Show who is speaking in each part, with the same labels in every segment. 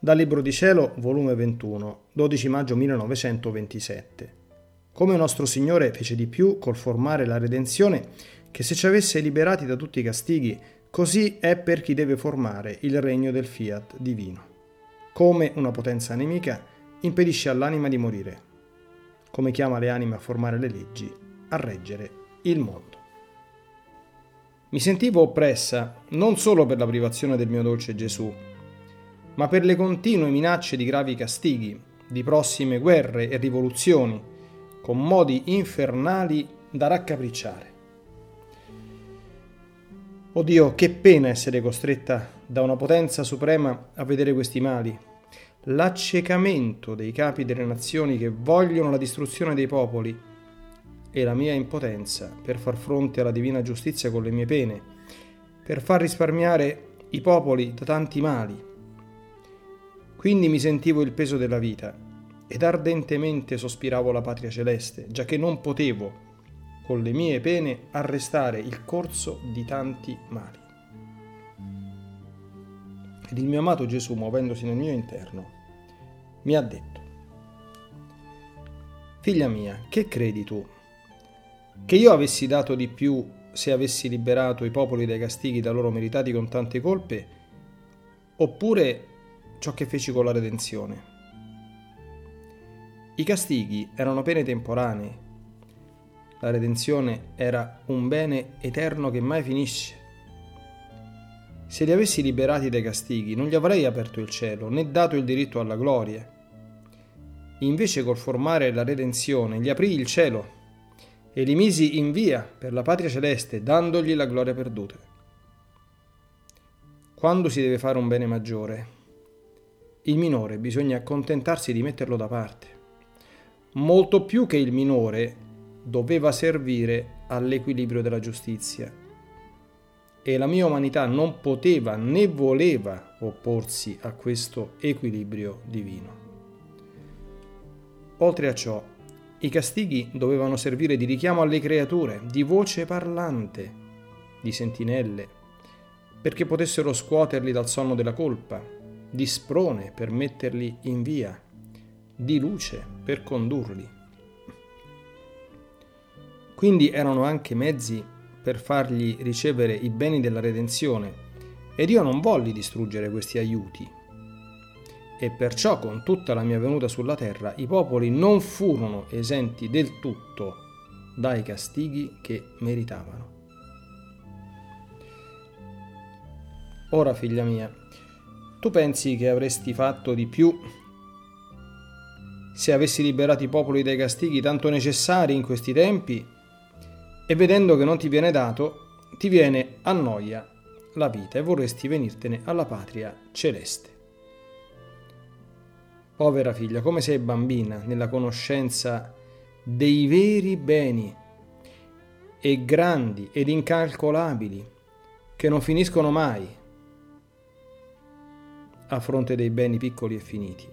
Speaker 1: Dal Libro di Cielo, volume 21, 12 maggio 1927. Come nostro Signore fece di più col formare la redenzione, che se ci avesse liberati da tutti i castighi, così è per chi deve formare il regno del fiat divino. Come una potenza nemica impedisce all'anima di morire. Come chiama le anime a formare le leggi, a reggere il mondo. Mi sentivo oppressa non solo per la privazione del mio dolce Gesù, ma per le continue minacce di gravi castighi, di prossime guerre e rivoluzioni, con modi infernali da raccapricciare. Oh Dio, che pena essere costretta da una potenza suprema a vedere questi mali, l'accecamento dei capi delle nazioni che vogliono la distruzione dei popoli e la mia impotenza per far fronte alla divina giustizia con le mie pene, per far risparmiare i popoli da tanti mali. Quindi mi sentivo il peso della vita ed ardentemente sospiravo la patria celeste, giacché non potevo, con le mie pene, arrestare il corso di tanti mali. Ed il mio amato Gesù, muovendosi nel mio interno, mi ha detto: figlia mia, che credi tu? Che io avessi dato di più se avessi liberato i popoli dai castighi da loro meritati con tante colpe, oppure ciò che feci con la redenzione? I castighi erano pene temporanee, la redenzione era un bene eterno che mai finisce. Se li avessi liberati dai castighi non gli avrei aperto il cielo né dato il diritto alla gloria. Invece col formare la redenzione gli aprii il cielo e li misi in via per la patria celeste, dandogli la gloria perduta. Quando si deve fare un bene maggiore, il minore bisogna accontentarsi di metterlo da parte, molto più che il minore doveva servire all'equilibrio della giustizia, e la mia umanità non poteva né voleva opporsi a questo equilibrio divino. Oltre a ciò, i castighi dovevano servire di richiamo alle creature, di voce parlante, di sentinelle, perché potessero scuoterli dal sonno della colpa, di sprone per metterli in via, di luce per condurli. Quindi erano anche mezzi per fargli ricevere i beni della redenzione, ed io non volli distruggere questi aiuti. E perciò con tutta la mia venuta sulla terra i popoli non furono esenti del tutto dai castighi che meritavano. Ora, figlia mia, tu pensi che avresti fatto di più se avessi liberato i popoli dai castighi tanto necessari in questi tempi, e vedendo che non ti viene dato, ti viene a noia la vita e vorresti venirtene alla patria celeste. Povera figlia, come sei bambina nella conoscenza dei veri beni e grandi ed incalcolabili che non finiscono mai a fronte dei beni piccoli e finiti.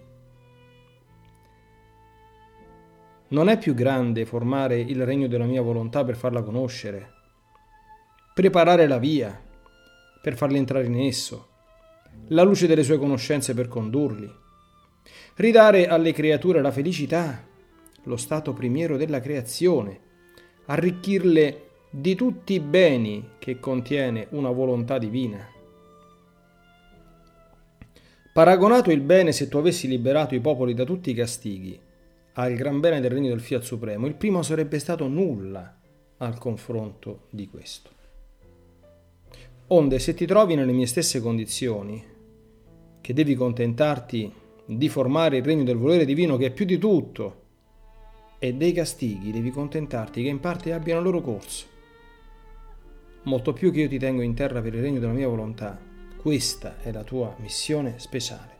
Speaker 1: Non è più grande formare il regno della mia volontà per farla conoscere, preparare la via per farli entrare in esso, la luce delle sue conoscenze per condurli, ridare alle creature la felicità, lo stato primiero della creazione, arricchirle di tutti i beni che contiene una volontà divina. Paragonato il bene, se tu avessi liberato i popoli da tutti i castighi al gran bene del regno del Fiat Supremo, il primo sarebbe stato nulla al confronto di questo. Onde, se ti trovi nelle mie stesse condizioni, che devi contentarti di formare il regno del volere divino che è più di tutto, e dei castighi devi contentarti che in parte abbiano il loro corso, molto più che io ti tengo in terra per il regno della mia volontà, questa è la tua missione speciale.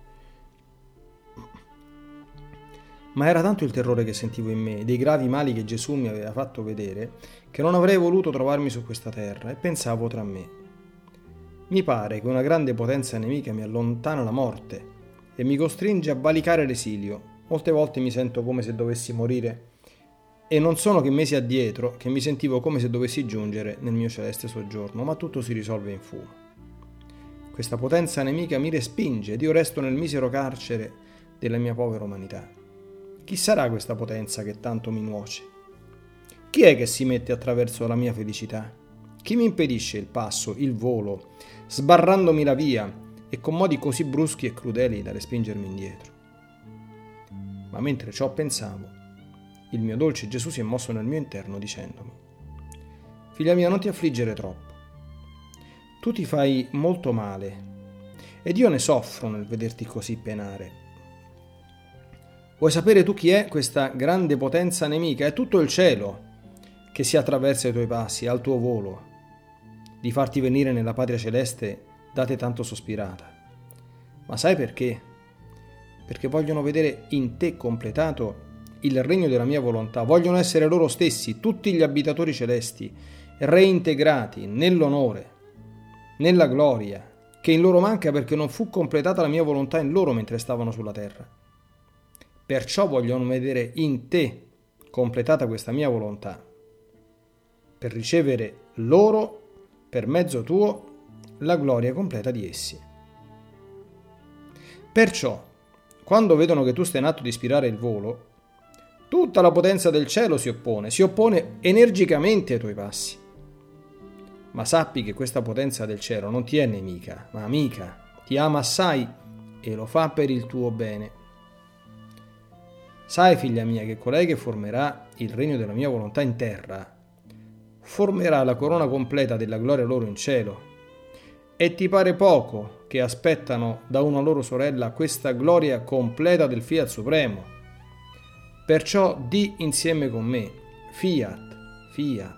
Speaker 1: Ma era tanto il terrore che sentivo in me, dei gravi mali che Gesù mi aveva fatto vedere, che non avrei voluto trovarmi su questa terra, e pensavo tra me: mi pare che una grande potenza nemica mi allontana la morte e mi costringe a valicare l'esilio. Molte volte mi sento come se dovessi morire, e non sono che mesi addietro che mi sentivo come se dovessi giungere nel mio celeste soggiorno, ma tutto si risolve in fumo. questa potenza nemica mi respinge ed io resto nel misero carcere della mia povera umanità. Chi sarà questa potenza che tanto mi nuoce? Chi è che si mette attraverso la mia felicità? Chi mi impedisce il passo, il volo, sbarrandomi la via e con modi così bruschi e crudeli da respingermi indietro? Ma mentre ciò pensavo, il mio dolce Gesù si è mosso nel mio interno dicendomi: figlia mia, non ti affliggere troppo. Tu ti fai molto male ed io ne soffro nel vederti così penare. Vuoi sapere tu chi è questa grande potenza nemica? È tutto il cielo che si attraversa ai tuoi passi, al tuo volo, di farti venire nella patria celeste da te tanto sospirata. Ma sai perché? Perché vogliono vedere in te completato il regno della mia volontà, vogliono essere loro stessi, tutti gli abitatori celesti, reintegrati nell'onore, nella gloria, che in loro manca perché non fu completata la mia volontà in loro mentre stavano sulla terra. Perciò vogliono vedere in te completata questa mia volontà, per ricevere loro, per mezzo tuo, la gloria completa di essi. Perciò, quando vedono che tu stai in atto di ispirare il volo, tutta la potenza del cielo si oppone energicamente ai tuoi passi. Ma sappi che questa potenza del cielo non ti è nemica, ma amica, ti ama assai e lo fa per il tuo bene. Sai, figlia mia, che colei che formerà il regno della mia volontà in terra, formerà la corona completa della gloria loro in cielo. E ti pare poco che aspettano da una loro sorella questa gloria completa del Fiat Supremo? Perciò di insieme con me, Fiat, Fiat.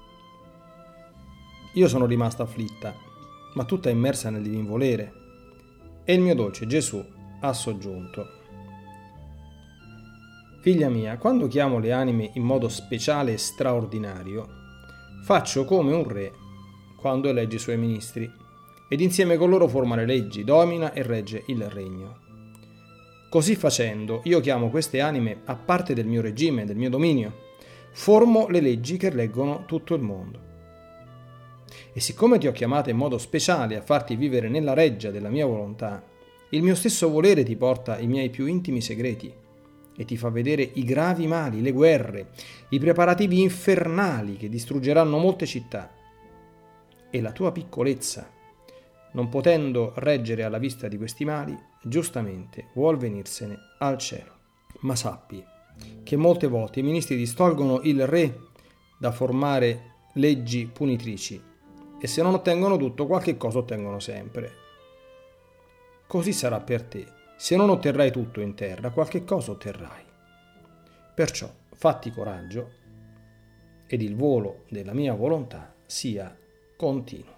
Speaker 1: Io sono rimasta afflitta, ma tutta immersa nel divin volere, e il mio dolce Gesù ha soggiunto: figlia mia, quando chiamo le anime in modo speciale e straordinario, faccio come un re quando elegge i suoi ministri, ed insieme con loro forma le leggi, domina e regge il regno. Così facendo, io chiamo queste anime a parte del mio regime, del mio dominio, formo le leggi che reggono tutto il mondo. E siccome ti ho chiamata in modo speciale a farti vivere nella reggia della mia volontà, il mio stesso volere ti porta i miei più intimi segreti e ti fa vedere i gravi mali, le guerre, i preparativi infernali che distruggeranno molte città. E la tua piccolezza, non potendo reggere alla vista di questi mali, giustamente vuol venirsene al cielo. Ma sappi che molte volte i ministri distolgono il re da formare leggi punitrici, e se non ottengono tutto, qualche cosa ottengono sempre. Così sarà per te. Se non otterrai tutto in terra, qualche cosa otterrai. Perciò fatti coraggio ed il volo della mia volontà sia continuo.